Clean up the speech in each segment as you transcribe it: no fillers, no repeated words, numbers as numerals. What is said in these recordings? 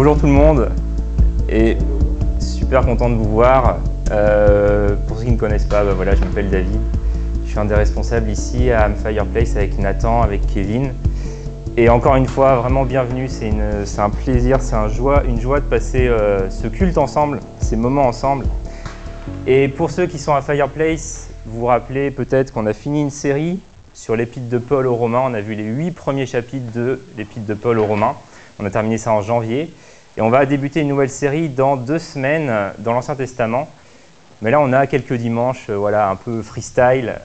Bonjour tout le monde et super content de vous voir. Pour ceux qui ne me connaissent pas, voilà, je m'appelle David. Je suis un des responsables ici à Fireplace avec Nathan, avec Kevin. Et encore une fois, vraiment bienvenue, c'est un plaisir, c'est une joie de passer ce culte ensemble, ces moments ensemble. Et pour ceux qui sont à Fireplace, vous vous rappelez peut-être qu'on a fini une série sur l'épître de Paul aux Romains. On a vu les 8 premiers chapitres de l'épître de Paul aux Romains. On a terminé ça en janvier. Et on va débuter une nouvelle série dans 2 semaines dans l'Ancien Testament. Mais là, on a quelques dimanches, voilà, un peu freestyle.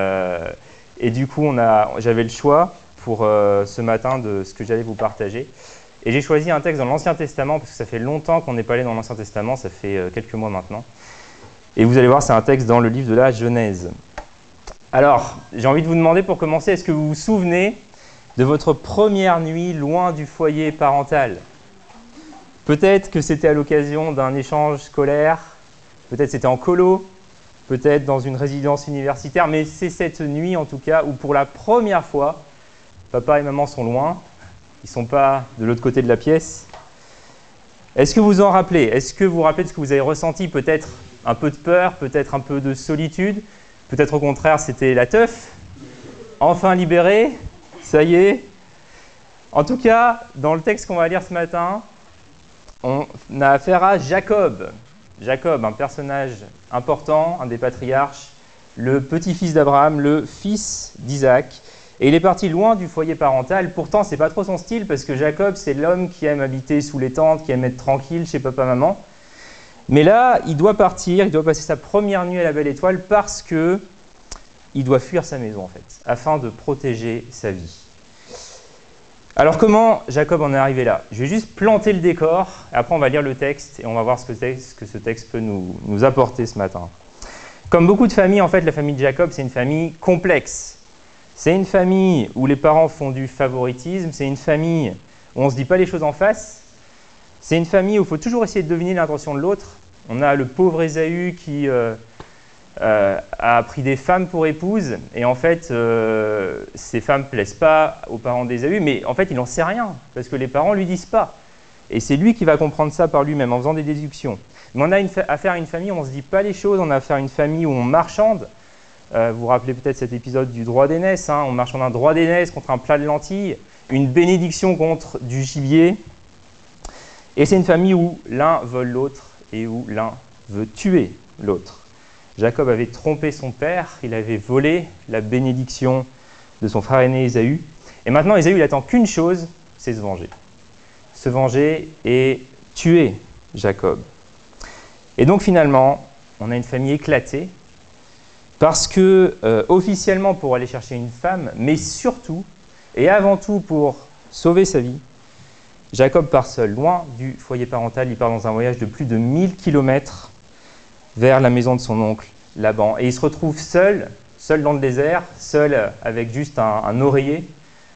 Et du coup, j'avais le choix pour ce matin de ce que j'allais vous partager. Et j'ai choisi un texte dans l'Ancien Testament, parce que ça fait longtemps qu'on n'est pas allé dans l'Ancien Testament, ça fait quelques mois maintenant. Et vous allez voir, c'est un texte dans le livre de la Genèse. Alors, j'ai envie de vous demander pour commencer, est-ce que vous vous souvenez de votre première nuit loin du foyer parental? Peut-être que c'était à l'occasion d'un échange scolaire, peut-être c'était en colo, peut-être dans une résidence universitaire, mais c'est cette nuit en tout cas où pour la première fois, papa et maman sont loin, ils ne sont pas de l'autre côté de la pièce. Est-ce que vous vous en rappelez? Est-ce que vous vous rappelez de ce que vous avez ressenti? Peut-être un peu de peur, peut-être un peu de solitude, peut-être au contraire c'était la teuf, enfin libéré, ça y est. En tout cas, dans le texte qu'on va lire ce matin, on a affaire à Jacob. Jacob, un personnage important, un des patriarches, le petit-fils d'Abraham, le fils d'Isaac. Et il est parti loin du foyer parental. Pourtant, c'est pas trop son style parce que Jacob, c'est l'homme qui aime habiter sous les tentes, qui aime être tranquille chez papa-maman. Mais là, il doit partir, il doit passer sa première nuit à la Belle Étoile parce que il doit fuir sa maison en fait, afin de protéger sa vie. Alors comment Jacob en est arrivé là? Je vais juste planter le décor, et après on va lire le texte et on va voir ce que ce texte peut nous apporter ce matin. Comme beaucoup de familles, en fait, la famille de Jacob, c'est une famille complexe. C'est une famille où les parents font du favoritisme, c'est une famille où on ne se dit pas les choses en face, c'est une famille où il faut toujours essayer de deviner l'intention de l'autre. On a le pauvre Ésaü qui a pris des femmes pour épouses, et en fait, ces femmes ne plaisent pas aux parents d'Ésaü, mais en fait, il n'en sait rien, parce que les parents ne lui disent pas. Et c'est lui qui va comprendre ça par lui-même, en faisant des déductions. Mais on a affaire à une famille où on ne se dit pas les choses, on a affaire à une famille où on marchande. Vous vous rappelez peut-être cet épisode du droit d'aînesse, on marchande un droit d'aînesse contre un plat de lentilles, une bénédiction contre du gibier. Et c'est une famille où l'un vole l'autre et où l'un veut tuer l'autre. Jacob avait trompé son père, il avait volé la bénédiction de son frère aîné Ésaü. Et maintenant, Ésaü, il attend qu'une chose, c'est se venger. Se venger et tuer Jacob. Et donc finalement, on a une famille éclatée, parce que officiellement pour aller chercher une femme, mais surtout et avant tout pour sauver sa vie, Jacob part seul, loin du foyer parental. Il part dans un voyage de plus de 1000 km vers la maison de son oncle Laban. Et il se retrouve seul dans le désert, seul avec juste un oreiller,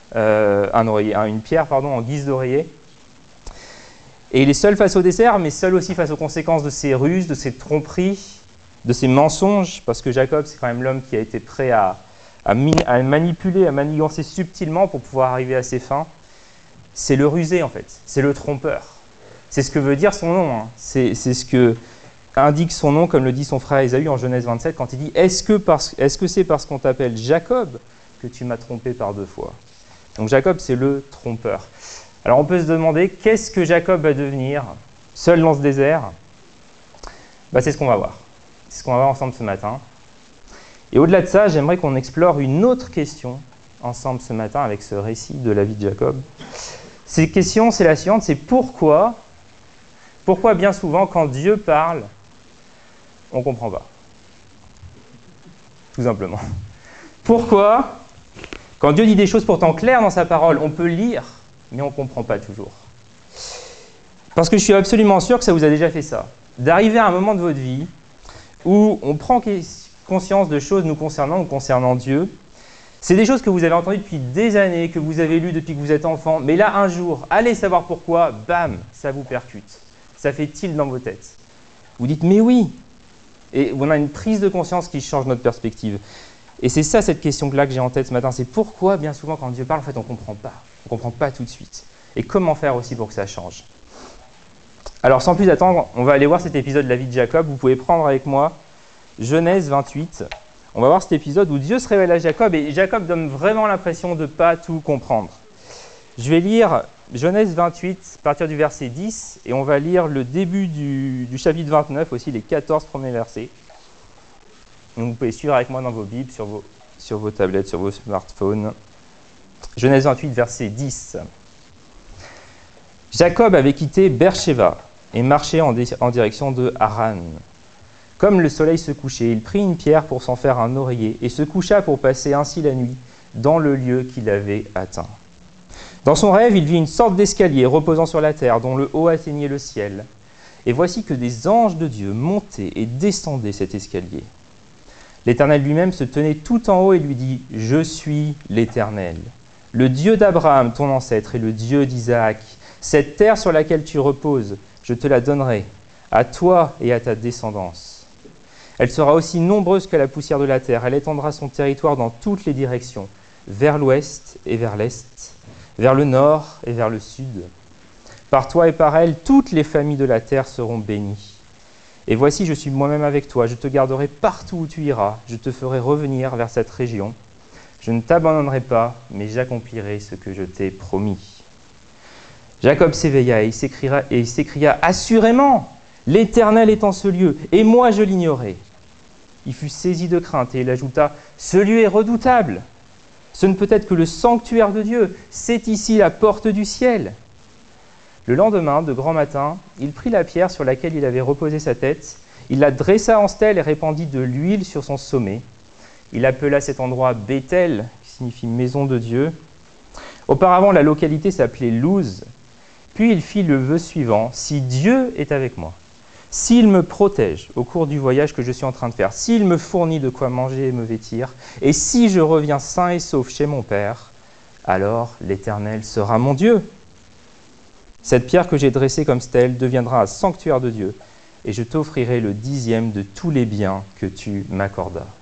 une pierre en guise d'oreiller. Et il est seul face au désert, mais seul aussi face aux conséquences de ses ruses, de ses tromperies, de ses mensonges, parce que Jacob, c'est quand même l'homme qui a été prêt à manipuler, à manigancer subtilement pour pouvoir arriver à ses fins. C'est le rusé en fait, c'est le trompeur. C'est ce que veut dire son nom, c'est ce que indique son nom, comme le dit son frère Ésaü en Genèse 27, quand il dit « Est-ce que c'est parce qu'on t'appelle Jacob que tu m'as trompé par 2 fois ?» Donc Jacob, c'est le trompeur. Alors on peut se demander, qu'est-ce que Jacob va devenir seul dans ce désert? C'est ce qu'on va voir. C'est ce qu'on va voir ensemble ce matin. Et au-delà de ça, j'aimerais qu'on explore une autre question ensemble ce matin avec ce récit de la vie de Jacob. Cette question, c'est la suivante, c'est pourquoi bien souvent, quand Dieu parle, on ne comprend pas? Tout simplement. Pourquoi, quand Dieu dit des choses pourtant claires dans sa parole, on peut lire, mais on ne comprend pas toujours? Parce que je suis absolument sûr que ça vous a déjà fait ça. D'arriver à un moment de votre vie où on prend conscience de choses nous concernant ou concernant Dieu. C'est des choses que vous avez entendues depuis des années, que vous avez lues depuis que vous êtes enfant. Mais là, un jour, allez savoir pourquoi, bam, ça vous percute. Ça fait tilt dans vos têtes. Vous dites, mais oui. Et on a une prise de conscience qui change notre perspective. Et c'est ça, cette question-là que j'ai en tête ce matin. C'est pourquoi, bien souvent, quand Dieu parle, en fait, on ne comprend pas. On ne comprend pas tout de suite. Et comment faire aussi pour que ça change? Alors sans plus attendre, on va aller voir cet épisode de la vie de Jacob. Vous pouvez prendre avec moi Genèse 28. On va voir cet épisode où Dieu se révèle à Jacob et Jacob donne vraiment l'impression de ne pas tout comprendre. Je vais lire Genèse 28 à partir du verset 10 et on va lire le début du chapitre 29, aussi les 14 premiers versets. Donc vous pouvez suivre avec moi dans vos Bibles, sur vos tablettes, sur vos smartphones. Genèse 28, verset 10. Jacob avait quitté Beersheba et marchait en direction de Haran. Comme le soleil se couchait, il prit une pierre pour s'en faire un oreiller et se coucha pour passer ainsi la nuit dans le lieu qu'il avait atteint. Dans son rêve, il vit une sorte d'escalier reposant sur la terre dont le haut atteignait le ciel. Et voici que des anges de Dieu montaient et descendaient cet escalier. L'Éternel lui-même se tenait tout en haut et lui dit « Je suis l'Éternel, le Dieu d'Abraham, ton ancêtre, et le Dieu d'Isaac. Cette terre sur laquelle tu reposes, je te la donnerai, à toi et à ta descendance. Elle sera aussi nombreuse que la poussière de la terre. Elle étendra son territoire dans toutes les directions, vers l'ouest et vers l'est, vers le nord et vers le sud. Par toi et par elle, toutes les familles de la terre seront bénies. Et voici, je suis moi-même avec toi, je te garderai partout où tu iras, je te ferai revenir vers cette région. Je ne t'abandonnerai pas, mais j'accomplirai ce que je t'ai promis. » Jacob s'éveilla et il s'écria « Assurément, l'Éternel est en ce lieu, et moi je l'ignorais. » Il fut saisi de crainte et il ajouta « Ce lieu est redoutable. Ce ne peut être que le sanctuaire de Dieu, c'est ici la porte du ciel. » Le lendemain, de grand matin, il prit la pierre sur laquelle il avait reposé sa tête, il la dressa en stèle et répandit de l'huile sur son sommet. Il appela cet endroit Béthel, qui signifie maison de Dieu. Auparavant, la localité s'appelait Luz. Puis il fit le vœu suivant, « Si Dieu est avec moi, s'il me protège au cours du voyage que je suis en train de faire, s'il me fournit de quoi manger et me vêtir, et si je reviens sain et sauf chez mon Père, alors l'Éternel sera mon Dieu. Cette pierre que j'ai dressée comme stèle deviendra un sanctuaire de Dieu, et je t'offrirai le 10e de tous les biens que tu m'accorderas. »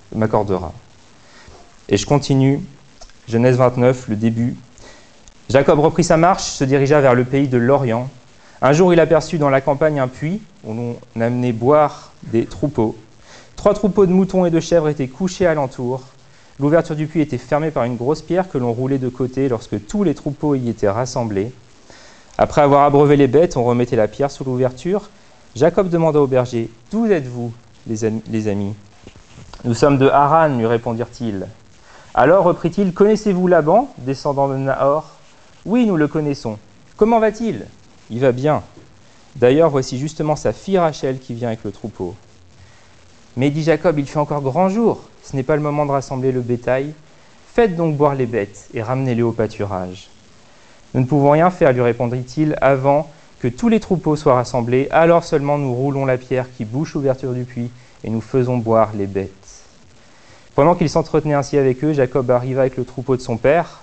Et je continue, Genèse 29, le début. Jacob reprit sa marche, se dirigea vers le pays de l'Orient. Un jour, il aperçut dans la campagne un puits où l'on amenait boire des troupeaux. 3 troupeaux de moutons et de chèvres étaient couchés alentour. L'ouverture du puits était fermée par une grosse pierre que l'on roulait de côté lorsque tous les troupeaux y étaient rassemblés. Après avoir abreuvé les bêtes, on remettait la pierre sous l'ouverture. Jacob demanda au berger, « D'où êtes-vous, les amis ?»« Nous sommes de Haran, lui répondirent-ils. »« Alors, reprit-il, connaissez-vous Laban, descendant de Nahor ?»« Oui, nous le connaissons. Comment va-t-il ?»« Il va bien. D'ailleurs, voici justement sa fille Rachel qui vient avec le troupeau. » Mais dit Jacob, « Il fait encore grand jour. Ce n'est pas le moment de rassembler le bétail. Faites donc boire les bêtes et ramenez-les au pâturage. » « Nous ne pouvons rien faire, lui répondit-il, avant que tous les troupeaux soient rassemblés. Alors seulement nous roulons la pierre qui bouche l'ouverture du puits et nous faisons boire les bêtes. » Pendant qu'il s'entretenait ainsi avec eux, Jacob arriva avec le troupeau de son père.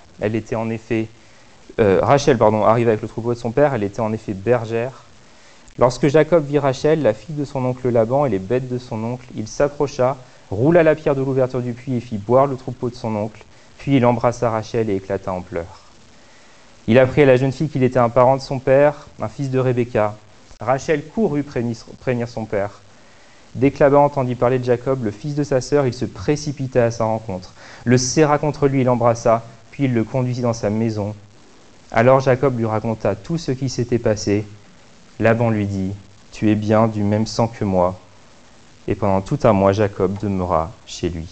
Rachel arriva avec le troupeau de son père. Elle était en effet bergère. Lorsque Jacob vit Rachel, la fille de son oncle Laban, et les bêtes de son oncle, il s'approcha, roula la pierre de l'ouverture du puits et fit boire le troupeau de son oncle. Puis il embrassa Rachel et éclata en pleurs. Il apprit à la jeune fille qu'il était un parent de son père, un fils de Rebecca. Rachel courut prévenir son père. Dès que Laban entendit parler de Jacob, le fils de sa sœur, il se précipita à sa rencontre, le serra contre lui et l'embrassa, puis il le conduisit dans sa maison. Alors Jacob lui raconta tout ce qui s'était passé. Laban lui dit, « Tu es bien du même sang que moi. » Et pendant tout un mois, Jacob demeura chez lui.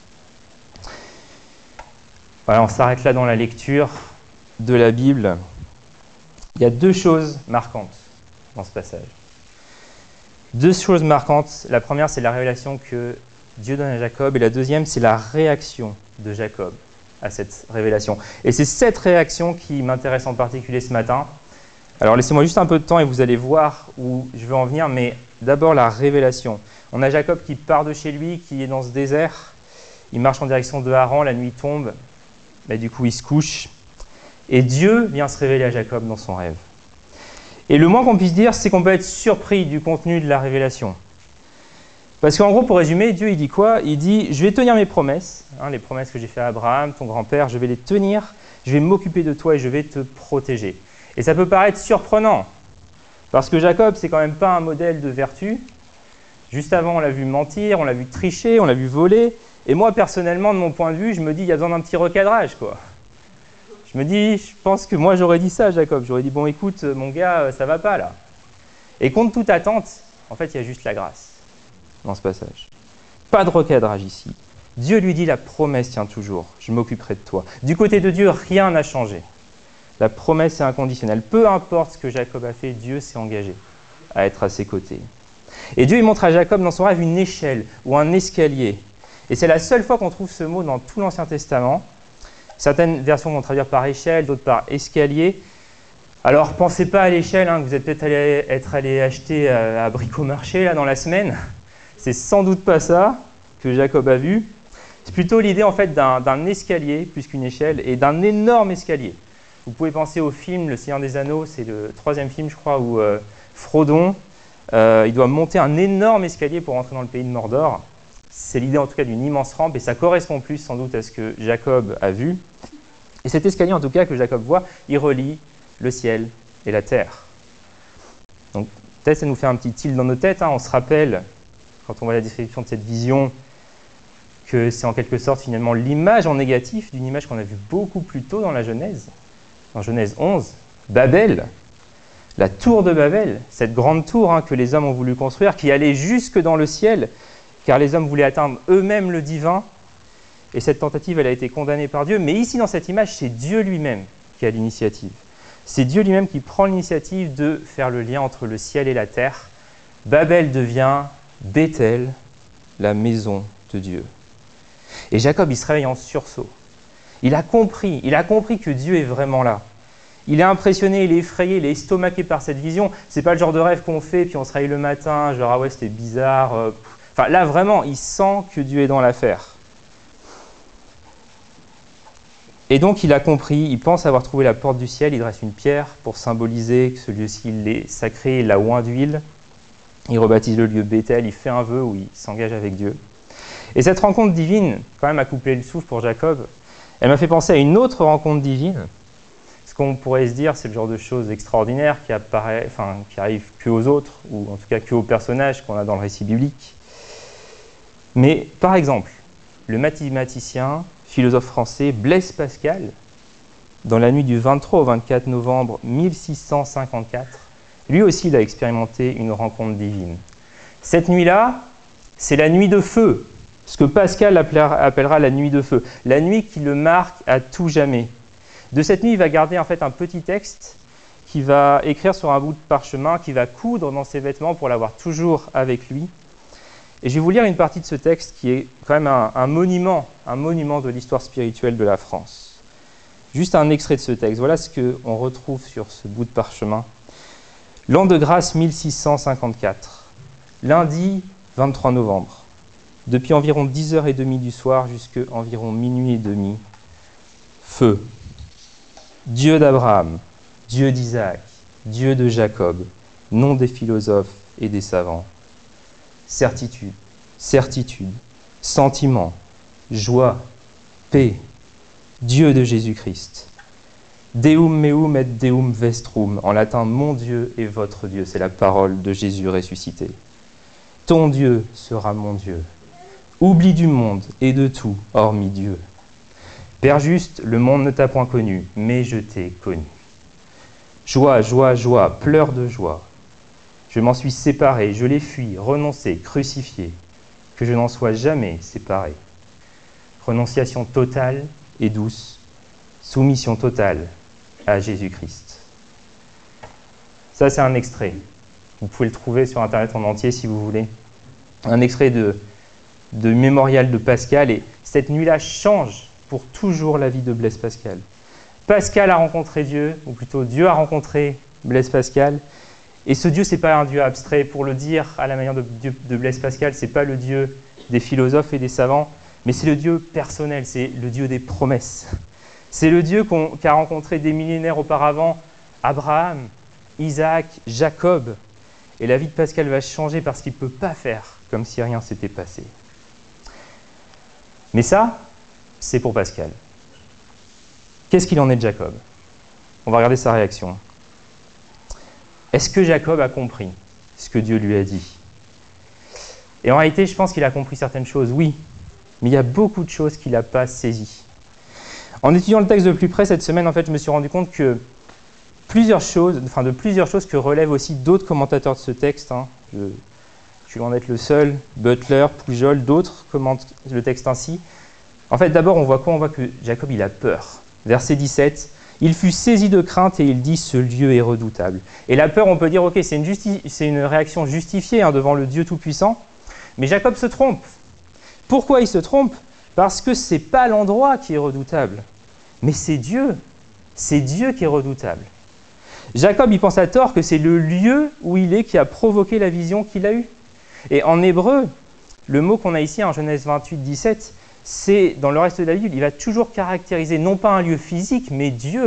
Voilà, on s'arrête là dans la lecture de la Bible. Il y a 2 choses marquantes dans ce passage. 2 choses marquantes. La première, c'est la révélation que Dieu donne à Jacob, et la deuxième, c'est la réaction de Jacob à cette révélation. Et c'est cette réaction qui m'intéresse en particulier ce matin. Alors laissez-moi juste un peu de temps et vous allez voir où je veux en venir, mais d'abord la révélation. On a Jacob qui part de chez lui, qui est dans ce désert. Il marche en direction de Haran, la nuit tombe, mais du coup il se couche. Et Dieu vient se révéler à Jacob dans son rêve. Et le moins qu'on puisse dire, c'est qu'on peut être surpris du contenu de la révélation. Parce qu'en gros, pour résumer, Dieu il dit quoi ? Il dit « Je vais tenir mes promesses, les promesses que j'ai faites à Abraham, ton grand-père, je vais les tenir, je vais m'occuper de toi et je vais te protéger. » Et ça peut paraître surprenant. Parce que Jacob, c'est quand même pas un modèle de vertu. Juste avant, on l'a vu mentir, on l'a vu tricher, on l'a vu voler. Et moi, personnellement, de mon point de vue, je me dis, il y a besoin d'un petit recadrage, quoi. Je me dis, je pense que moi, j'aurais dit ça à Jacob. J'aurais dit, bon, écoute, mon gars, ça va pas, là. Et contre toute attente, en fait, il y a juste la grâce dans ce passage. Pas de recadrage ici. Dieu lui dit, la promesse tient toujours. Je m'occuperai de toi. Du côté de Dieu, rien n'a changé. La promesse est inconditionnelle. Peu importe ce que Jacob a fait, Dieu s'est engagé à être à ses côtés. Et Dieu, il montre à Jacob dans son rêve une échelle ou un escalier. Et c'est la seule fois qu'on trouve ce mot dans tout l'Ancien Testament. Certaines versions vont traduire par échelle, d'autres par escalier. Alors, pensez pas à l'échelle, que vous êtes peut-être allé acheter à Bricomarché là, dans la semaine. C'est sans doute pas ça que Jacob a vu. C'est plutôt l'idée en fait d'un escalier plus qu'une échelle et d'un énorme escalier. Vous pouvez penser au film Le Seigneur des Anneaux, c'est le 3e film je crois, où Frodon, il doit monter un énorme escalier pour rentrer dans le pays de Mordor. C'est l'idée en tout cas d'une immense rampe et ça correspond plus sans doute à ce que Jacob a vu. Et cet escalier en tout cas que Jacob voit, il relie le ciel et la terre. Donc peut-être ça nous fait un petit tilt dans nos têtes, on se rappelle quand on voit la description de cette vision que c'est en quelque sorte finalement l'image en négatif d'une image qu'on a vue beaucoup plus tôt dans la Genèse. En Genèse 11, Babel, la tour de Babel, cette grande tour que les hommes ont voulu construire, qui allait jusque dans le ciel, car les hommes voulaient atteindre eux-mêmes le divin, et cette tentative, elle a été condamnée par Dieu, mais ici dans cette image, c'est Dieu lui-même qui a l'initiative. C'est Dieu lui-même qui prend l'initiative de faire le lien entre le ciel et la terre. Babel devient Bethel, la maison de Dieu. Et Jacob, il se réveille en sursaut. Il a compris que Dieu est vraiment là. Il est impressionné, il est effrayé, il est estomaqué par cette vision. C'est pas le genre de rêve qu'on fait, puis on se réveille le matin, genre ah ouais c'était bizarre. Enfin là vraiment, il sent que Dieu est dans l'affaire. Et donc il a compris, il pense avoir trouvé la porte du ciel, il dresse une pierre pour symboliser que ce lieu-ci est sacré, il l'a oint d'huile. Il rebaptise le lieu Bethel, il fait un vœu où il s'engage avec Dieu. Et cette rencontre divine, quand même, a coupé le souffle pour Jacob. Elle m'a fait penser à une autre rencontre divine. Ce qu'on pourrait se dire, c'est le genre de choses extraordinaires qui arrivent qu'aux autres, ou en tout cas qu'aux personnages qu'on a dans le récit biblique. Mais par exemple, le mathématicien, philosophe français Blaise Pascal, dans la nuit du 23 au 24 novembre 1654, lui aussi il a expérimenté une rencontre divine. Cette nuit-là, c'est la nuit de feu, ce que Pascal appellera la nuit de feu, la nuit qui le marque à tout jamais. De cette nuit, il va garder en fait un petit texte qu'il va écrire sur un bout de parchemin, qu'il va coudre dans ses vêtements pour l'avoir toujours avec lui. Et je vais vous lire une partie de ce texte qui est quand même un monument de l'histoire spirituelle de la France. Juste un extrait de ce texte. Voilà ce qu'on retrouve sur ce bout de parchemin. L'an de grâce 1654, lundi 23 novembre. Depuis environ 10h30 du soir jusqu'à environ minuit et demi, feu. Dieu d'Abraham, Dieu d'Isaac, Dieu de Jacob, nom des philosophes et des savants. Certitude, sentiment, joie, paix, Dieu de Jésus-Christ. Deum meum et Deum vestrum, en latin mon Dieu et votre Dieu, c'est la parole de Jésus ressuscité. Ton Dieu sera mon Dieu. Oublie du monde et de tout, hormis Dieu. Père juste, le monde ne t'a point connu, mais je t'ai connu. Joie, joie, joie, pleurs de joie. Je m'en suis séparé, je l'ai fui, renoncé, crucifié, que je n'en sois jamais séparé. Renonciation totale et douce, soumission totale à Jésus-Christ. Ça, c'est un extrait. Vous pouvez le trouver sur Internet en entier si vous voulez. Un extrait de mémorial de Pascal, et cette nuit-là change pour toujours la vie de Blaise Pascal. Pascal a rencontré Dieu, ou plutôt Dieu a rencontré Blaise Pascal, et ce Dieu, ce n'est pas un Dieu abstrait. Pour le dire à la manière de Blaise Pascal, ce n'est pas le Dieu des philosophes et des savants, mais c'est le Dieu personnel, c'est le Dieu des promesses. C'est le Dieu qu'a rencontré des millénaires auparavant Abraham, Isaac, Jacob. Et la vie de Pascal va changer parce qu'il ne peut pas faire comme si rien s'était passé. Mais ça, c'est pour Pascal. Qu'est-ce qu'il en est de Jacob? On va regarder sa réaction. Est-ce que Jacob a compris ce que Dieu lui a dit? Et en réalité, je pense qu'il a compris certaines choses, oui, mais il y a beaucoup de choses qu'il n'a pas saisies. En étudiant le texte de plus près cette semaine, en fait, je me suis rendu compte que de plusieurs choses que relèvent aussi d'autres commentateurs de ce texte. Je suis loin d'être le seul, Butler, Poujol, d'autres commentent le texte ainsi. En fait, d'abord, on voit quoi? On voit que Jacob, il a peur. Verset 17, « Il fut saisi de crainte et il dit, ce lieu est redoutable. » Et la peur, on peut dire, ok, c'est une réaction justifiée devant le Dieu Tout-Puissant, mais Jacob se trompe. Pourquoi il se trompe? Parce que ce n'est pas l'endroit qui est redoutable, mais c'est Dieu. C'est Dieu qui est redoutable. Jacob, il pense à tort que c'est le lieu où il est qui a provoqué la vision qu'il a eue. Et en hébreu, le mot qu'on a ici en Genèse 28, 17, c'est, dans le reste de la Bible, il va toujours caractériser non pas un lieu physique, mais Dieu.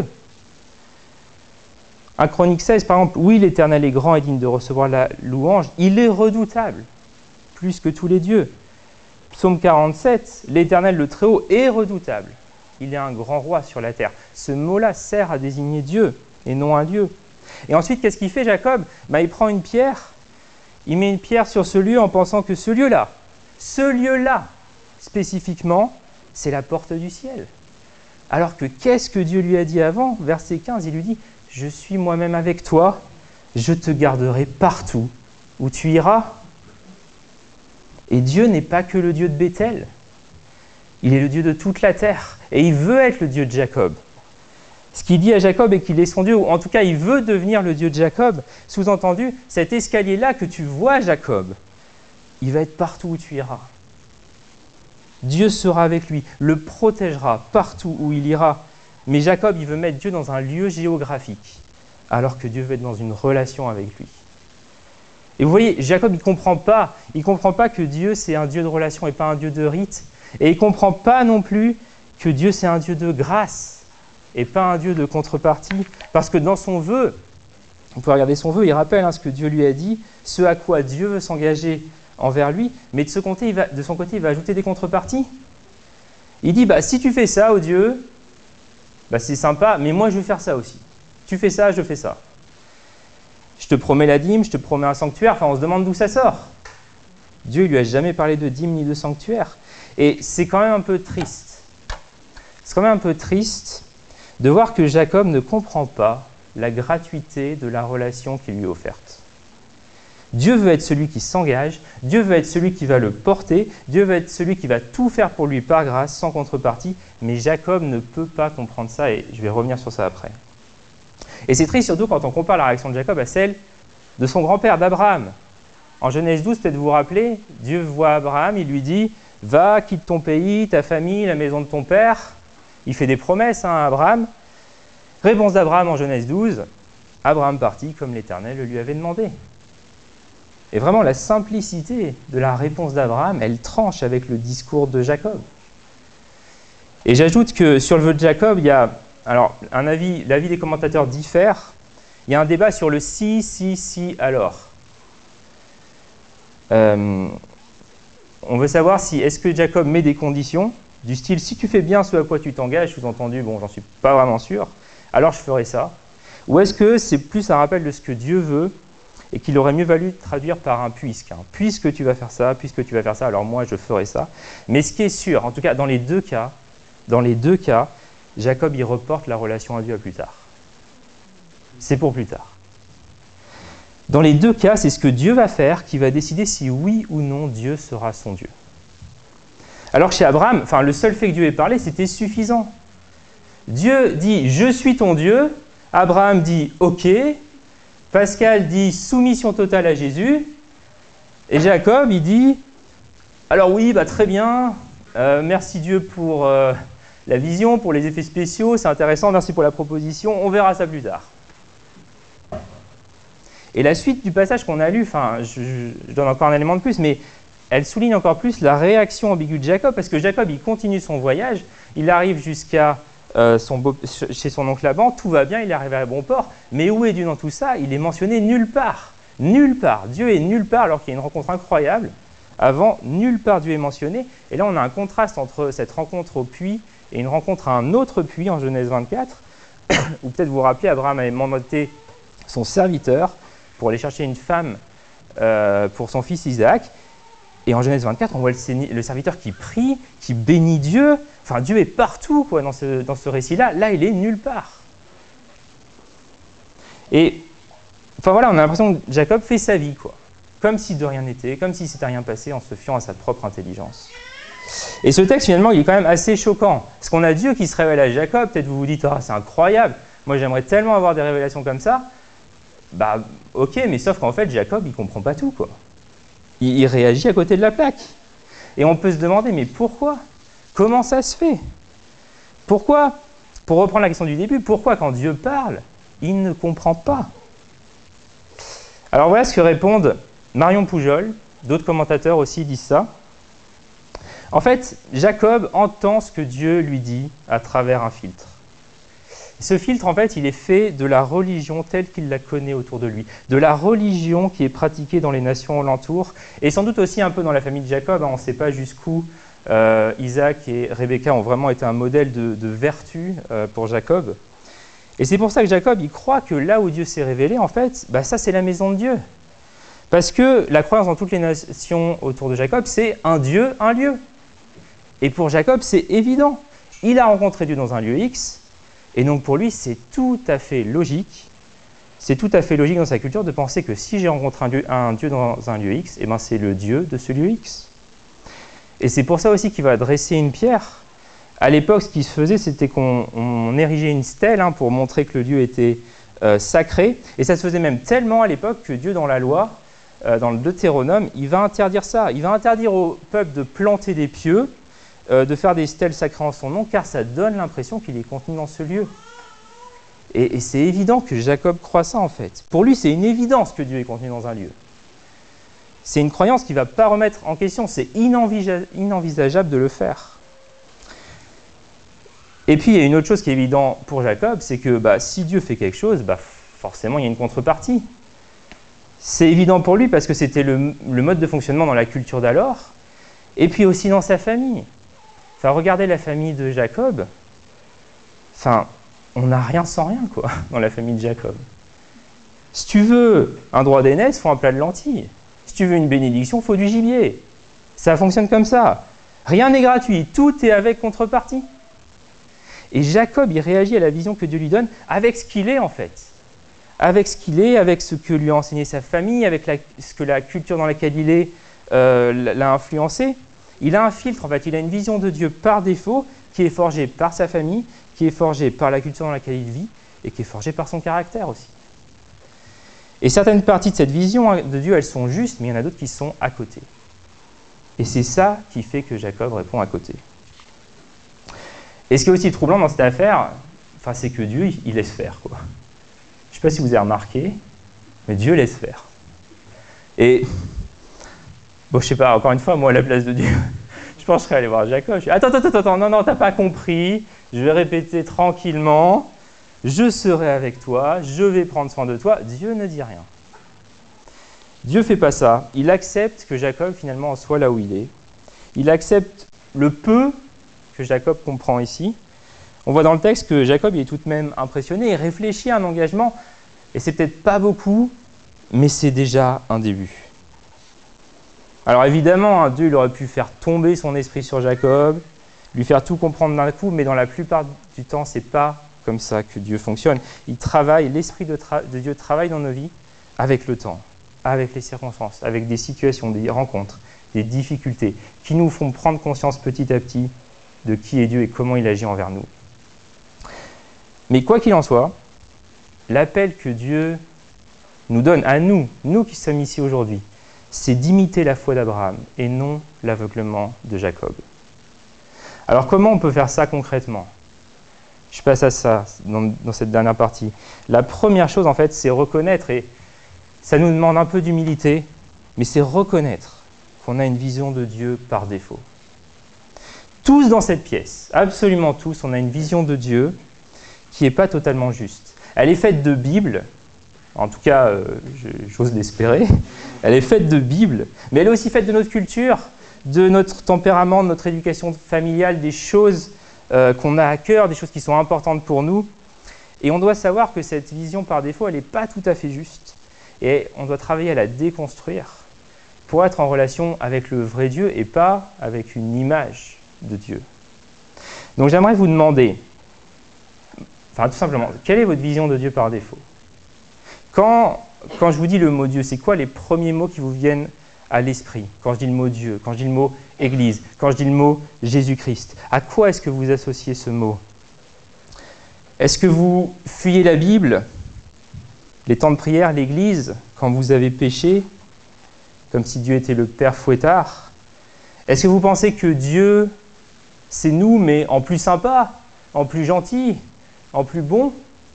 1 Chronique 16, par exemple, oui, l'Éternel est grand et digne de recevoir la louange, il est redoutable, plus que tous les dieux. Psaume 47, l'Éternel le Très-Haut est redoutable, il est un grand roi sur la terre. Ce mot-là sert à désigner Dieu et non un lieu. Et ensuite, qu'est-ce qu'il fait, Jacob? Il prend une pierre, il met une pierre sur ce lieu en pensant que ce lieu-là, spécifiquement, c'est la porte du ciel. Alors que qu'est-ce que Dieu lui a dit avant? Verset 15, il lui dit, « Je suis moi-même avec toi, je te garderai partout où tu iras. » Et Dieu n'est pas que le Dieu de Béthel, il est le Dieu de toute la terre, et il veut être le Dieu de Jacob. Ce qu'il dit à Jacob est qu'il est son Dieu, ou en tout cas il veut devenir le Dieu de Jacob. Sous-entendu, cet escalier-là que tu vois, Jacob, il va être partout où tu iras. Dieu sera avec lui, le protégera partout où il ira. Mais Jacob, il veut mettre Dieu dans un lieu géographique, alors que Dieu veut être dans une relation avec lui. Et vous voyez, Jacob, il comprend pas que Dieu, c'est un Dieu de relation et pas un Dieu de rite. Et il ne comprend pas non plus que Dieu, c'est un Dieu de grâce et pas un Dieu de contrepartie. Parce que dans son vœu, on peut regarder son vœu, il rappelle ce que Dieu lui a dit, ce à quoi Dieu veut s'engager envers lui, mais de son côté, il va ajouter des contreparties. Il dit, si tu fais ça, ô Dieu, c'est sympa, mais moi je vais faire ça aussi. Tu fais ça, je fais ça. Je te promets la dîme, je te promets un sanctuaire, on se demande d'où ça sort. Dieu ne lui a jamais parlé de dîme ni de sanctuaire. Et c'est quand même un peu triste. C'est quand même un peu triste de voir que Jacob ne comprend pas la gratuité de la relation qui lui est offerte. Dieu veut être celui qui s'engage, Dieu veut être celui qui va le porter, Dieu veut être celui qui va tout faire pour lui par grâce, sans contrepartie, mais Jacob ne peut pas comprendre ça, et je vais revenir sur ça après. Et c'est triste surtout quand on compare la réaction de Jacob à celle de son grand-père, d'Abraham. En Genèse 12, peut-être vous vous rappelez, Dieu voit Abraham, il lui dit « Va, quitte ton pays, ta famille, la maison de ton père ». Il fait des promesses à Abraham. Réponse d'Abraham en Genèse 12, Abraham partit comme l'Éternel le lui avait demandé. Et vraiment, la simplicité de la réponse d'Abraham, elle tranche avec le discours de Jacob. Et j'ajoute que sur le vœu de Jacob, il y a, l'avis des commentateurs diffère. Il y a un débat sur le si, alors. On veut savoir si, est-ce que Jacob met des conditions, du style, si tu fais bien ce à quoi tu t'engages, sous-entendu, j'en suis pas vraiment sûr, alors je ferai ça. Ou est-ce que c'est plus un rappel de ce que Dieu veut, et qu'il aurait mieux valu traduire par un puisque. Puisque tu vas faire ça, alors moi je ferai ça. Mais ce qui est sûr, en tout cas dans les deux cas, Jacob il reporte la relation à Dieu à plus tard. C'est pour plus tard. Dans les deux cas, c'est ce que Dieu va faire qui va décider si oui ou non Dieu sera son Dieu. Alors chez Abraham, le seul fait que Dieu ait parlé, c'était suffisant. Dieu dit « Je suis ton Dieu », Abraham dit « Ok », Pascal dit soumission totale à Jésus, et Jacob, il dit alors oui, très bien, merci Dieu pour la vision, pour les effets spéciaux, c'est intéressant, merci pour la proposition, on verra ça plus tard. Et la suite du passage qu'on a lu, je donne encore un élément de plus, mais elle souligne encore plus la réaction ambiguë de Jacob, parce que Jacob, il continue son voyage, il arrive jusqu'à chez son oncle Laban, tout va bien, il est arrivé à bon port, mais où est Dieu dans tout ça? Il est mentionné nulle part. Nulle part. Dieu est nulle part alors qu'il y a une rencontre incroyable. Avant, nulle part Dieu est mentionné. Et là, on a un contraste entre cette rencontre au puits et une rencontre à un autre puits en Genèse 24, où peut-être vous vous rappelez, Abraham avait mandaté son serviteur pour aller chercher une femme pour son fils Isaac. Et en Genèse 24, on voit le serviteur qui prie, qui bénit Dieu. Enfin, Dieu est partout quoi, dans ce récit-là. Là, il est nulle part. Et enfin voilà, on a l'impression que Jacob fait sa vie, quoi. Comme si de rien n'était, comme si ne s'était rien passé, en se fiant à sa propre intelligence. Et ce texte, finalement, il est quand même assez choquant. Parce qu'on a Dieu qui se révèle à Jacob. Peut-être vous vous dites, ah, c'est incroyable. Moi, j'aimerais tellement avoir des révélations comme ça. Bah, ok, mais sauf qu'en fait, Jacob, il ne comprend pas tout, quoi. Il réagit à côté de la plaque. Et on peut se demander, mais pourquoi? Comment ça se fait? Pourquoi, pour reprendre la question du début, pourquoi quand Dieu parle, il ne comprend pas? Alors voilà ce que répondent Marion Poujol, d'autres commentateurs aussi disent ça. En fait, Jacob entend ce que Dieu lui dit à travers un filtre. Ce filtre, en fait, il est fait de la religion telle qu'il la connaît autour de lui, de la religion qui est pratiquée dans les nations alentours, et sans doute aussi un peu dans la famille de Jacob. On ne sait pas jusqu'où Isaac et Rebecca ont vraiment été un modèle de vertu pour Jacob. Et c'est pour ça que Jacob, il croit que là où Dieu s'est révélé, en fait, bah ça c'est la maison de Dieu. Parce que la croyance dans toutes les nations autour de Jacob, c'est un Dieu, un lieu. Et pour Jacob, c'est évident. Il a rencontré Dieu dans un lieu X, et donc pour lui, c'est tout à fait logique. C'est tout à fait logique dans sa culture de penser que si j'ai rencontré un Dieu dans un lieu X, eh ben c'est le Dieu de ce lieu X. Et c'est pour ça aussi qu'il va dresser une pierre. À l'époque, ce qui se faisait, c'était qu'on érigeait une stèle pour montrer que le lieu était sacré. Et ça se faisait même tellement à l'époque que Dieu, dans la loi, dans le Deutéronome, il va interdire ça. Il va interdire au peuple de planter des pieux, de faire des stèles sacrées en son nom, car ça donne l'impression qu'il est contenu dans ce lieu. Et c'est évident que Jacob croit ça, en fait. Pour lui, c'est une évidence que Dieu est contenu dans un lieu. C'est une croyance qu'il ne va pas remettre en question. C'est inenvisageable de le faire. Et puis, il y a une autre chose qui est évidente pour Jacob, c'est que si Dieu fait quelque chose, forcément, il y a une contrepartie. C'est évident pour lui parce que c'était le mode de fonctionnement dans la culture d'alors, et puis aussi dans sa famille. Enfin, regardez la famille de Jacob. Enfin, on n'a rien sans rien, quoi, dans la famille de Jacob. Si tu veux un droit d'aînesse, il faut un plat de lentilles. Si tu veux une bénédiction, il faut du gibier. Ça fonctionne comme ça. Rien n'est gratuit, tout est avec contrepartie. Et Jacob, il réagit à la vision que Dieu lui donne avec ce qu'il est, en fait. Avec ce qu'il est, avec ce que lui a enseigné sa famille, avec ce que la culture dans laquelle il est l'a influencé. Il a un filtre, en fait, il a une vision de Dieu par défaut, qui est forgée par sa famille, qui est forgée par la culture dans laquelle il vit, et qui est forgée par son caractère aussi. Et certaines parties de cette vision de Dieu, elles sont justes, mais il y en a d'autres qui sont à côté. Et c'est ça qui fait que Jacob répond à côté. Et ce qui est aussi troublant dans cette affaire, c'est que Dieu, il laisse faire, quoi. Je ne sais pas si vous avez remarqué, mais Dieu laisse faire. Et, je ne sais pas, encore une fois, moi, à la place de Dieu, je pense que je serais allé voir Jacob. Attends, non, t'as pas compris, je vais répéter tranquillement, je serai avec toi, je vais prendre soin de toi. Dieu ne dit rien. Dieu ne fait pas ça. Il accepte que Jacob, finalement, en soit là où il est. Il accepte le peu que Jacob comprend ici. On voit dans le texte que Jacob il est tout de même impressionné, il réfléchit à un engagement, et c'est peut-être pas beaucoup, mais c'est déjà un début. Alors évidemment, Dieu il aurait pu faire tomber son esprit sur Jacob, lui faire tout comprendre d'un coup, mais dans la plupart du temps, c'est pas comme ça que Dieu fonctionne. Il travaille, l'esprit de Dieu travaille dans nos vies avec le temps, avec les circonstances, avec des situations, des rencontres, des difficultés, qui nous font prendre conscience petit à petit de qui est Dieu et comment il agit envers nous. Mais quoi qu'il en soit, l'appel que Dieu nous donne à nous qui sommes ici aujourd'hui, c'est d'imiter la foi d'Abraham et non l'aveuglement de Jacob. Alors comment on peut faire ça concrètement? Je passe à ça dans cette dernière partie. La première chose en fait, c'est reconnaître, et ça nous demande un peu d'humilité, mais c'est reconnaître qu'on a une vision de Dieu par défaut. Tous dans cette pièce, absolument tous, on a une vision de Dieu qui n'est pas totalement juste. Elle est faite de Bible, en tout cas, j'ose l'espérer, elle est faite de Bible, mais elle est aussi faite de notre culture, de notre tempérament, de notre éducation familiale, des choses qu'on a à cœur, des choses qui sont importantes pour nous. Et on doit savoir que cette vision par défaut, elle n'est pas tout à fait juste. Et on doit travailler à la déconstruire pour être en relation avec le vrai Dieu et pas avec une image de Dieu. Donc j'aimerais vous demander, tout simplement, quelle est votre vision de Dieu par défaut? Quand je vous dis le mot Dieu, c'est quoi les premiers mots qui vous viennent à l'esprit? Quand je dis le mot Dieu, quand je dis le mot Église, quand je dis le mot Jésus-Christ, à quoi est-ce que vous associez ce mot? Est-ce que vous fuyez la Bible, les temps de prière, l'Église, quand vous avez péché, comme si Dieu était le Père fouettard? Est-ce que vous pensez que Dieu, c'est nous, mais en plus sympa, en plus gentil, en plus bon?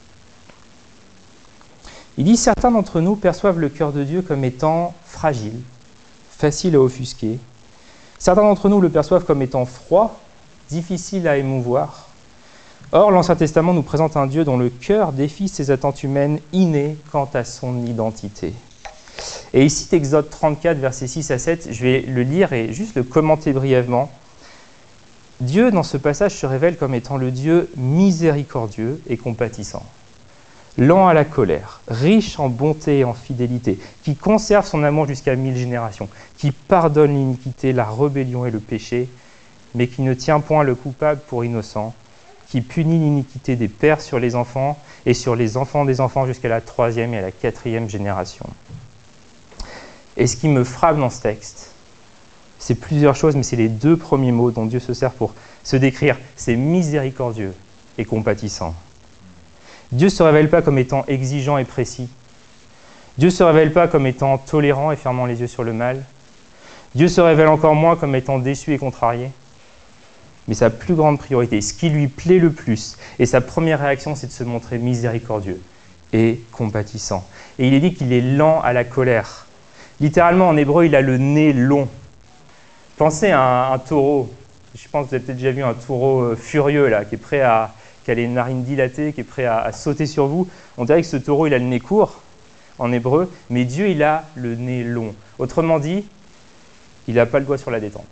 Il dit « Certains d'entre nous perçoivent le cœur de Dieu comme étant fragile, facile à offusquer. Certains d'entre nous le perçoivent comme étant froid, difficile à émouvoir. Or, l'Ancien Testament nous présente un Dieu dont le cœur défie ses attentes humaines innées quant à son identité. » Et ici, Exode 34, versets 6 à 7, je vais le lire et juste le commenter brièvement. Dieu, dans ce passage, se révèle comme étant le Dieu miséricordieux et compatissant, lent à la colère, riche en bonté et en fidélité, qui conserve son amour jusqu'à 1000 générations, qui pardonne l'iniquité, la rébellion et le péché, mais qui ne tient point le coupable pour innocent, qui punit l'iniquité des pères sur les enfants et sur les enfants des enfants jusqu'à la 3e et à la 4e génération. Et ce qui me frappe dans ce texte, c'est plusieurs choses, mais c'est les deux premiers mots dont Dieu se sert pour se décrire. C'est miséricordieux et compatissant. Dieu ne se révèle pas comme étant exigeant et précis. Dieu ne se révèle pas comme étant tolérant et fermant les yeux sur le mal. Dieu se révèle encore moins comme étant déçu et contrarié. Mais sa plus grande priorité, ce qui lui plaît le plus, et sa première réaction, c'est de se montrer miséricordieux et compatissant. Et il est dit qu'il est lent à la colère. Littéralement, en hébreu, il a le nez long. Pensez à un taureau. Je pense que vous avez peut-être déjà vu un taureau furieux, là, qui a les narines dilatées, qui est prêt à sauter sur vous. On dirait que ce taureau, il a le nez court, en hébreu, mais Dieu, il a le nez long. Autrement dit, il n'a pas le doigt sur la détente.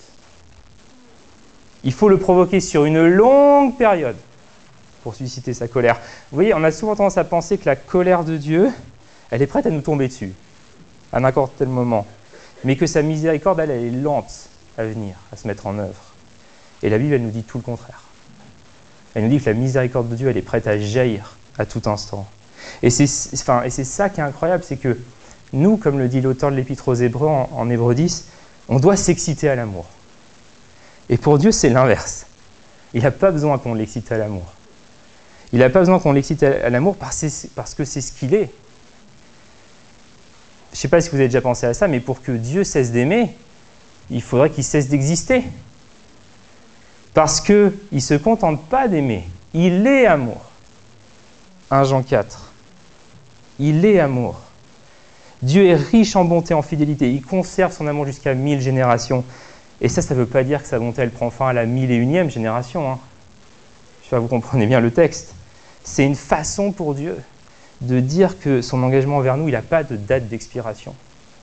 Il faut le provoquer sur une longue période pour susciter sa colère. Vous voyez, on a souvent tendance à penser que la colère de Dieu, elle est prête à nous tomber dessus, à n'importe quel moment. Mais que sa miséricorde, elle est lente à venir, à se mettre en œuvre. Et la Bible, elle nous dit tout le contraire. Elle nous dit que la miséricorde de Dieu, elle est prête à jaillir à tout instant. Et c'est ça qui est incroyable, c'est que nous, comme le dit l'auteur de l'Épître aux Hébreux en Hébreux 10, on doit s'exciter à l'amour. Et pour Dieu, c'est l'inverse. Il n'a pas besoin qu'on l'excite à l'amour. Il n'a pas besoin qu'on l'excite à l'amour parce que c'est ce qu'il est. Je ne sais pas si vous avez déjà pensé à ça, mais pour que Dieu cesse d'aimer, il faudrait qu'il cesse d'exister. Parce qu'il ne se contente pas d'aimer. Il est amour. 1 Jean 4. Il est amour. Dieu est riche en bonté, en fidélité. Il conserve son amour jusqu'à 1000 générations. Et ça ne veut pas dire que sa bonté, elle prend fin à la 1001e génération. Je sais pas, vous comprenez bien le texte. C'est une façon pour Dieu de dire que son engagement envers nous, il n'a pas de date d'expiration.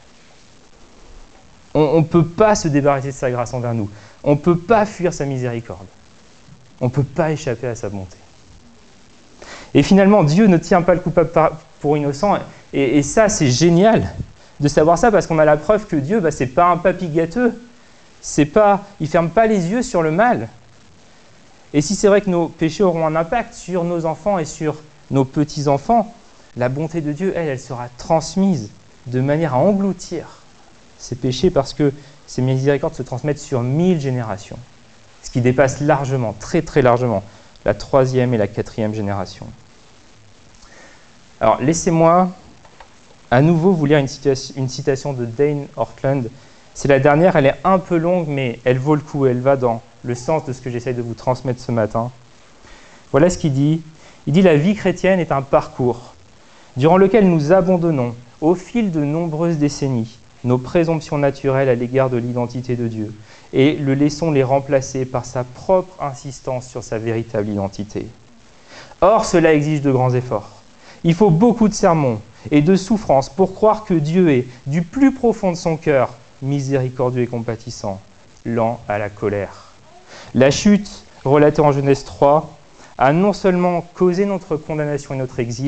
On ne peut pas se débarrasser de sa grâce envers nous. On ne peut pas fuir sa miséricorde. On ne peut pas échapper à sa bonté. Et finalement, Dieu ne tient pas le coupable pour innocent. Et ça, c'est génial de savoir ça, parce qu'on a la preuve que Dieu, ce n'est pas un papy gâteux. Il ne ferme pas les yeux sur le mal. Et si c'est vrai que nos péchés auront un impact sur nos enfants et sur nos petits-enfants, la bonté de Dieu, elle sera transmise de manière à engloutir ces péchés, parce que ces miséricordes se transmettent sur 1000 générations, ce qui dépasse largement, très très largement, la 3e et la 4e génération. Alors, laissez-moi à nouveau vous lire une citation de Dane Ortland. C'est la dernière, elle est un peu longue, mais elle vaut le coup, elle va dans le sens de ce que j'essaie de vous transmettre ce matin. Voilà ce qu'il dit. Il dit « La vie chrétienne est un parcours durant lequel nous abandonnons, au fil de nombreuses décennies, nos présomptions naturelles à l'égard de l'identité de Dieu et le laissons les remplacer par sa propre insistance sur sa véritable identité. Or, cela exige de grands efforts. Il faut beaucoup de sermons et de souffrances pour croire que Dieu est, du plus profond de son cœur, miséricordieux et compatissant, lent à la colère. La chute, relatée en Genèse 3, a non seulement causé notre condamnation et notre exil,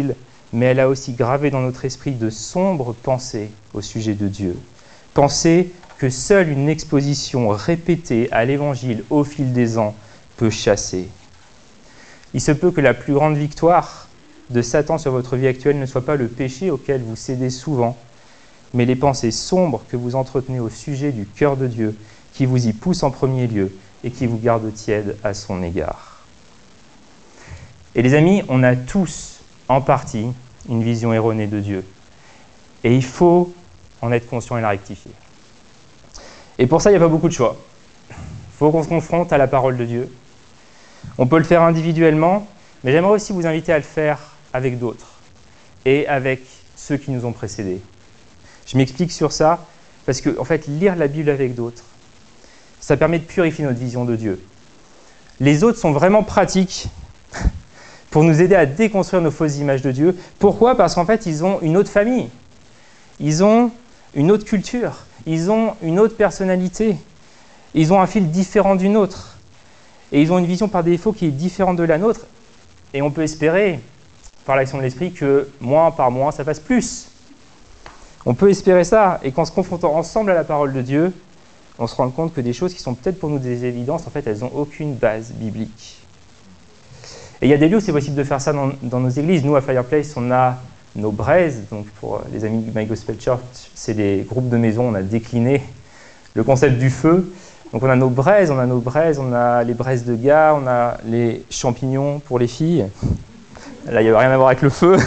mais elle a aussi gravé dans notre esprit de sombres pensées au sujet de Dieu. Pensées que seule une exposition répétée à l'Évangile au fil des ans peut chasser. Il se peut que la plus grande victoire de Satan sur votre vie actuelle ne soit pas le péché auquel vous cédez souvent, mais les pensées sombres que vous entretenez au sujet du cœur de Dieu, qui vous y poussent en premier lieu et qui vous gardent tiède à son égard. Et les amis, on a tous, en partie, une vision erronée de Dieu. Et il faut en être conscient et la rectifier. Et pour ça, il n'y a pas beaucoup de choix. Il faut qu'on se confronte à la parole de Dieu. On peut le faire individuellement, mais j'aimerais aussi vous inviter à le faire avec d'autres et avec ceux qui nous ont précédés. Je m'explique sur ça parce que, en fait, lire la Bible avec d'autres, ça permet de purifier notre vision de Dieu. Les autres sont vraiment pratiques pour nous aider à déconstruire nos fausses images de Dieu. Pourquoi ? Parce qu'en fait, ils ont une autre famille, ils ont une autre culture, ils ont une autre personnalité, ils ont un fil différent du nôtre, et ils ont une vision par défaut qui est différente de la nôtre, et on peut espérer, par l'action de l'Esprit, que mois par mois, ça passe plus. On peut espérer ça, et qu'en se confrontant ensemble à la parole de Dieu, on se rend compte que des choses qui sont peut-être pour nous des évidences, en fait, elles n'ont aucune base biblique. Et il y a des lieux où c'est possible de faire ça dans nos églises. Nous, à Fireplace, on a nos braises. Donc, pour les amis de My Gospel Church, c'est des groupes de maisons. On a décliné le concept du feu. Donc, on a nos braises, on a les braises de gars, on a les champignons pour les filles. Là, il n'y a rien à voir avec le feu.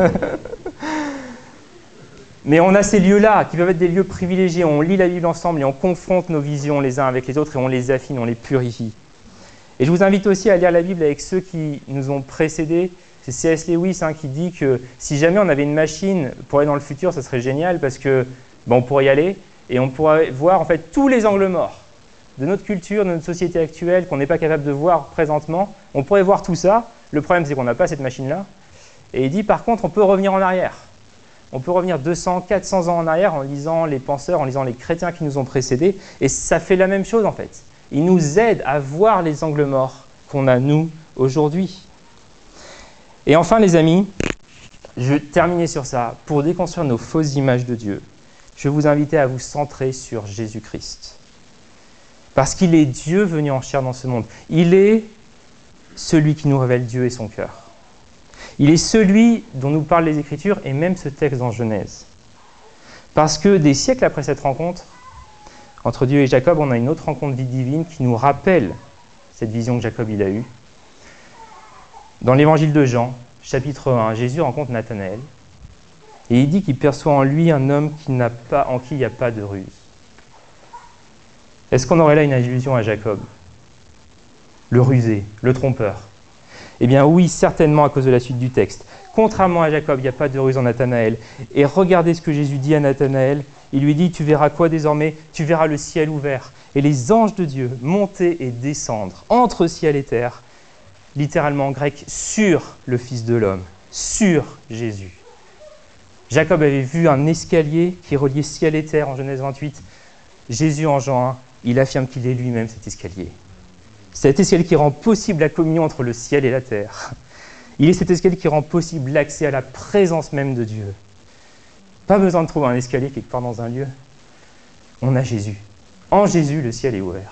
Mais on a ces lieux-là qui peuvent être des lieux privilégiés. On lit la Bible ensemble et on confronte nos visions les uns avec les autres et on les affine, on les purifie. Et je vous invite aussi à lire la Bible avec ceux qui nous ont précédés. C'est C.S. Lewis qui dit que si jamais on avait une machine pour aller dans le futur, ça serait génial parce que on pourrait y aller et on pourrait voir en fait tous les angles morts de notre culture, de notre société actuelle qu'on n'est pas capable de voir présentement. On pourrait voir tout ça. Le problème, c'est qu'on n'a pas cette machine-là. Et il dit par contre, on peut revenir en arrière. On peut revenir 200, 400 ans en arrière en lisant les penseurs, en lisant les chrétiens qui nous ont précédés. Et ça fait la même chose en fait. Il nous aide à voir les angles morts qu'on a, nous, aujourd'hui. Et enfin, les amis, je vais terminer sur ça. Pour déconstruire nos fausses images de Dieu, je vais vous inviter à vous centrer sur Jésus-Christ. Parce qu'il est Dieu venu en chair dans ce monde. Il est celui qui nous révèle Dieu et son cœur. Il est celui dont nous parlent les Écritures et même ce texte dans Genèse. Parce que des siècles après cette rencontre, entre Dieu et Jacob, on a une autre rencontre divine qui nous rappelle cette vision que Jacob il a eue. Dans l'évangile de Jean, chapitre 1, Jésus rencontre Nathanaël et il dit qu'il perçoit en lui un homme en qui il n'y a pas de ruse. Est-ce qu'on aurait là une allusion à Jacob ? Le rusé, le trompeur. Eh bien oui, certainement à cause de la suite du texte. Contrairement à Jacob, il n'y a pas de ruse en Nathanaël. Et regardez ce que Jésus dit à Nathanaël. Il lui dit, tu verras quoi désormais ? Tu verras le ciel ouvert et les anges de Dieu monter et descendre entre ciel et terre, littéralement en grec, sur le Fils de l'homme, sur Jésus. Jacob avait vu un escalier qui reliait ciel et terre en Genèse 28. Jésus en Jean 1, il affirme qu'il est lui-même cet escalier. Cet escalier qui rend possible la communion entre le ciel et la terre. Il est cet escalier qui rend possible l'accès à la présence même de Dieu. Pas besoin de trouver un escalier quelque part dans un lieu. On a Jésus. En Jésus, le ciel est ouvert.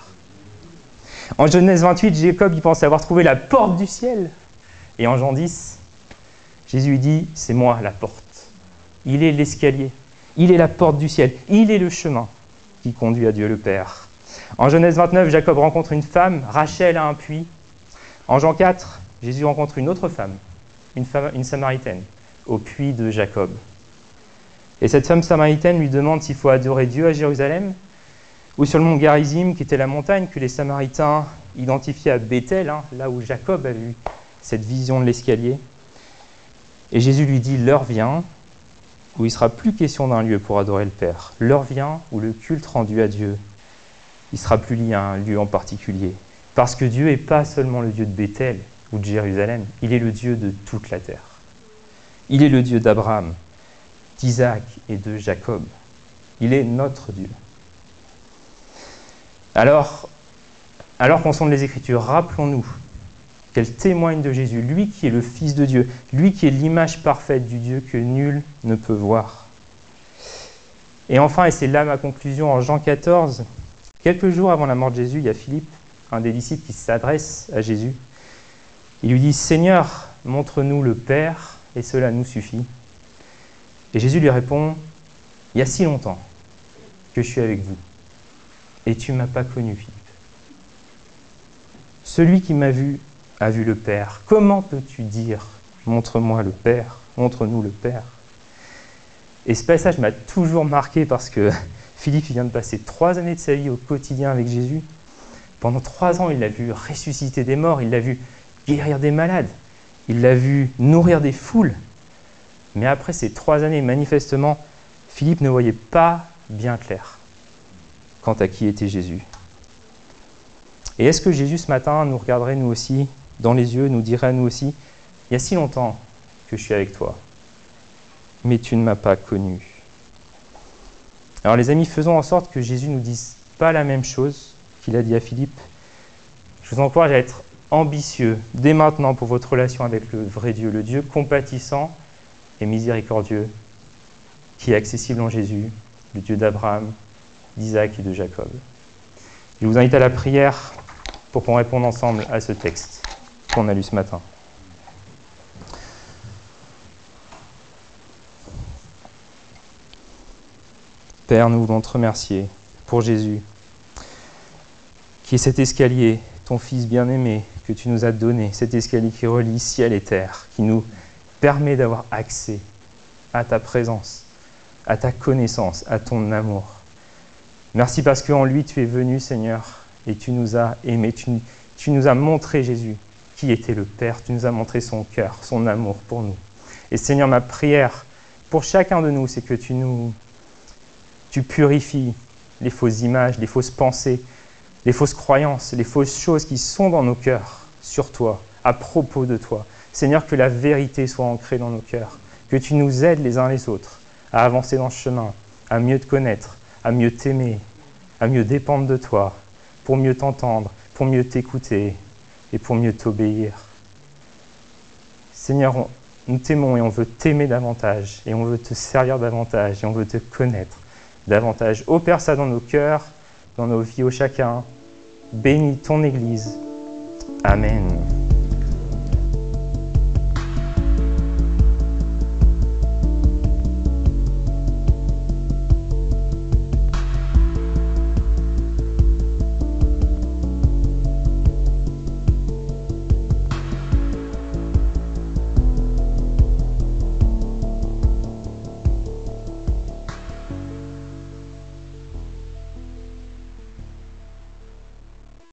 En Genèse 28, Jacob il pense avoir trouvé la porte du ciel. Et en Jean 10, Jésus lui dit, c'est moi la porte. Il est l'escalier. Il est la porte du ciel. Il est le chemin qui conduit à Dieu le Père. En Genèse 29, Jacob rencontre une femme, Rachel a un puits. En Jean 4, Jésus rencontre une autre femme, une Samaritaine, au puits de Jacob. Et cette femme samaritaine lui demande s'il faut adorer Dieu à Jérusalem ou sur le mont Garizim, qui était la montagne que les Samaritains identifiaient à Bethel, là où Jacob a vu cette vision de l'escalier. Et Jésus lui dit, l'heure vient où il ne sera plus question d'un lieu pour adorer le Père. L'heure vient où le culte rendu à Dieu, il ne sera plus lié à un lieu en particulier. Parce que Dieu n'est pas seulement le Dieu de Bethel ou de Jérusalem, il est le Dieu de toute la terre. Il est le Dieu d'Abraham, d'Isaac et de Jacob. Il est notre Dieu. Alors qu'on sonde les Écritures, rappelons-nous qu'elle témoigne de Jésus, lui qui est le Fils de Dieu, lui qui est l'image parfaite du Dieu que nul ne peut voir. Et enfin, et c'est là ma conclusion, en Jean 14, quelques jours avant la mort de Jésus, il y a Philippe, un des disciples, qui s'adresse à Jésus. Il lui dit « Seigneur, montre-nous le Père, et cela nous suffit. » Et Jésus lui répond « Il y a si longtemps que je suis avec vous, et tu ne m'as pas connu, Philippe. Celui qui m'a vu a vu le Père. Comment peux-tu dire « Montre-moi le Père, montre-nous le Père » Et ce passage m'a toujours marqué parce que Philippe vient de passer 3 années de sa vie au quotidien avec Jésus. Pendant 3 ans, il l'a vu ressusciter des morts, il l'a vu guérir des malades, il l'a vu nourrir des foules. Mais après ces 3 années, manifestement, Philippe ne voyait pas bien clair quant à qui était Jésus. Et est-ce que Jésus, ce matin, nous regarderait, nous aussi, dans les yeux, nous dirait à nous aussi « Il y a si longtemps que je suis avec toi, mais tu ne m'as pas connu. » Alors les amis, faisons en sorte que Jésus ne nous dise pas la même chose qu'il a dit à Philippe. Je vous encourage à être ambitieux dès maintenant pour votre relation avec le vrai Dieu, le Dieu compatissant et miséricordieux, qui est accessible en Jésus, le Dieu d'Abraham, d'Isaac et de Jacob. Je vous invite à la prière pour qu'on réponde ensemble à ce texte qu'on a lu ce matin. Père, nous voulons te remercier pour Jésus, qui est cet escalier, ton Fils bien-aimé, que tu nous as donné, cet escalier qui relie ciel et terre, qui nous permet d'avoir accès à ta présence, à ta connaissance, à ton amour. Merci parce qu'en lui, tu es venu, Seigneur, et tu nous as aimés, tu nous as montré Jésus, qui était le Père, tu nous as montré son cœur, son amour pour nous. Et Seigneur, ma prière pour chacun de nous, c'est que tu purifies les fausses images, les fausses pensées, les fausses croyances, les fausses choses qui sont dans nos cœurs sur toi, à propos de toi. Seigneur, que la vérité soit ancrée dans nos cœurs, que tu nous aides les uns les autres à avancer dans ce chemin, à mieux te connaître, à mieux t'aimer, à mieux dépendre de toi, pour mieux t'entendre, pour mieux t'écouter et pour mieux t'obéir. Seigneur, nous t'aimons et on veut t'aimer davantage, et on veut te servir davantage, et on veut te connaître davantage. Opère ça dans nos cœurs, dans nos vies au chacun. Bénis ton Église. Amen.